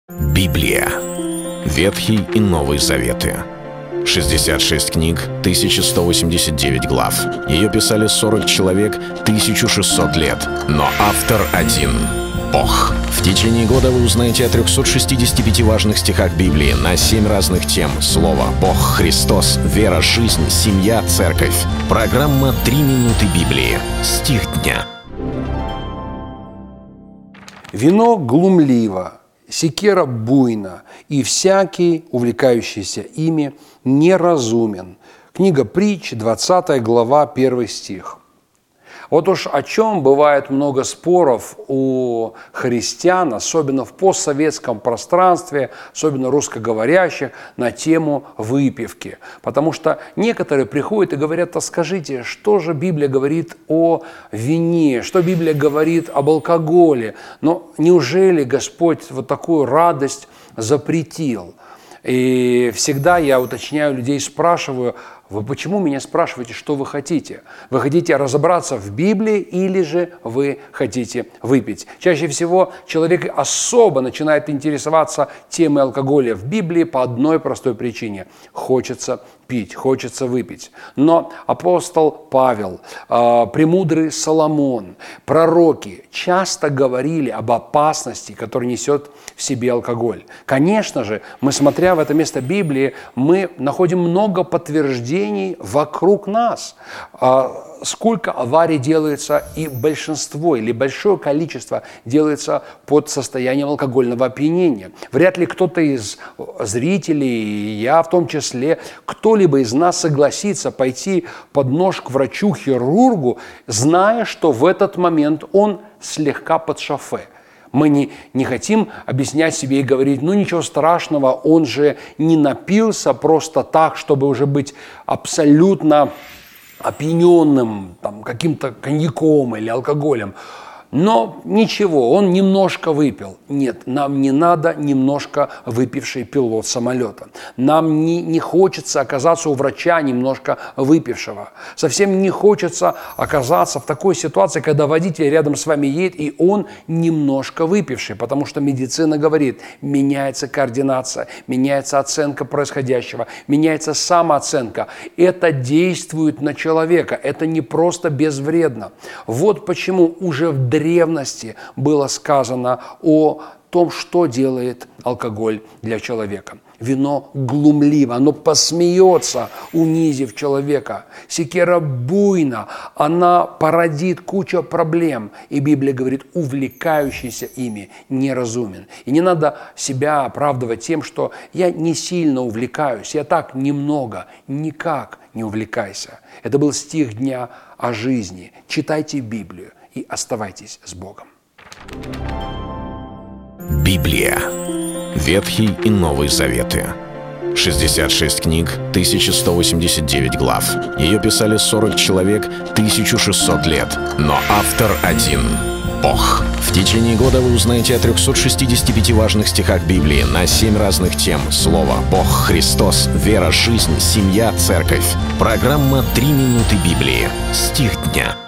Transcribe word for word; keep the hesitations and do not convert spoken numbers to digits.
Библия. Ветхий и Новый Заветы. шестьдесят шесть книг, тысяча сто восемьдесят девять глав. Ее писали сорок человек, тысяча шестьсот лет. Но автор один — Бог. В течение года вы узнаете о трёхстах шестидесяти пяти важных стихах Библии на семь разных тем. Слово, Бог, Христос, вера, жизнь, семья, церковь. Программа «Три минуты Библии». Стих дня. Вино глумливо, секера буйна, и всякий, увлекающийся ими, неразумен. Книга Притч, двадцатая глава, первый стих. Вот уж о чем бывает много споров у христиан, особенно в постсоветском пространстве, особенно русскоговорящих, на тему выпивки. Потому что некоторые приходят и говорят: а скажите, что же Библия говорит о вине, что Библия говорит об алкоголе? Но неужели Господь вот такую радость запретил? И всегда я уточняю людей, спрашиваю: вы почему меня спрашиваете, что вы хотите? Вы хотите разобраться в Библии или же вы хотите выпить? Чаще всего человек особо начинает интересоваться темой алкоголя в Библии по одной простой причине. Хочется пить, хочется выпить. Но апостол Павел, э, премудрый Соломон, пророки часто говорили об опасности, которую несет в себе алкоголь. Конечно же, мы, смотря в это место Библии, мы находим много подтверждений вокруг нас. Э, сколько аварий делается, и большинство или большое количество делается под состоянием алкогольного опьянения. Вряд ли кто-то из зрителей, и я в том числе, кто-либо из нас согласится пойти под нож к врачу-хирургу, зная, что в этот момент он слегка под шофе. Мы не, не хотим объяснять себе и говорить: ну ничего страшного, он же не напился просто так, чтобы уже быть абсолютно опьяненным там, каким-то коньяком или алкоголем. Но ничего, он немножко выпил. Нет, нам не надо немножко выпивший пилот самолета. Нам не, не хочется оказаться у врача немножко выпившего. Совсем не хочется оказаться в такой ситуации, когда водитель рядом с вами едет, и он немножко выпивший. Потому что медицина говорит: меняется координация, меняется оценка происходящего, меняется самооценка. Это действует на человека, это не просто безвредно. Вот почему уже в древности древности было сказано о том, что делает алкоголь для человека. Вино глумливо, оно посмеется, унизив человека. Секера буйна, она породит кучу проблем. И Библия говорит: увлекающийся ими неразумен. И не надо себя оправдывать тем, что я не сильно увлекаюсь, я так немного. Никак не увлекайся. Это был стих дня о жизни. Читайте Библию и оставайтесь с Богом. Библия. Ветхий и Новый Заветы. шестьдесят шесть книг, тысяча сто восемьдесят девять глав. Ее писали сорок человек, тысяча шестьсот лет. Но автор один — Бог. В течение года вы узнаете о трёхстах шестидесяти пяти важных стихах Библии на семь разных тем. Слово, Бог, Христос, вера, жизнь, семья, церковь. Программа «Три минуты Библии». Стих дня.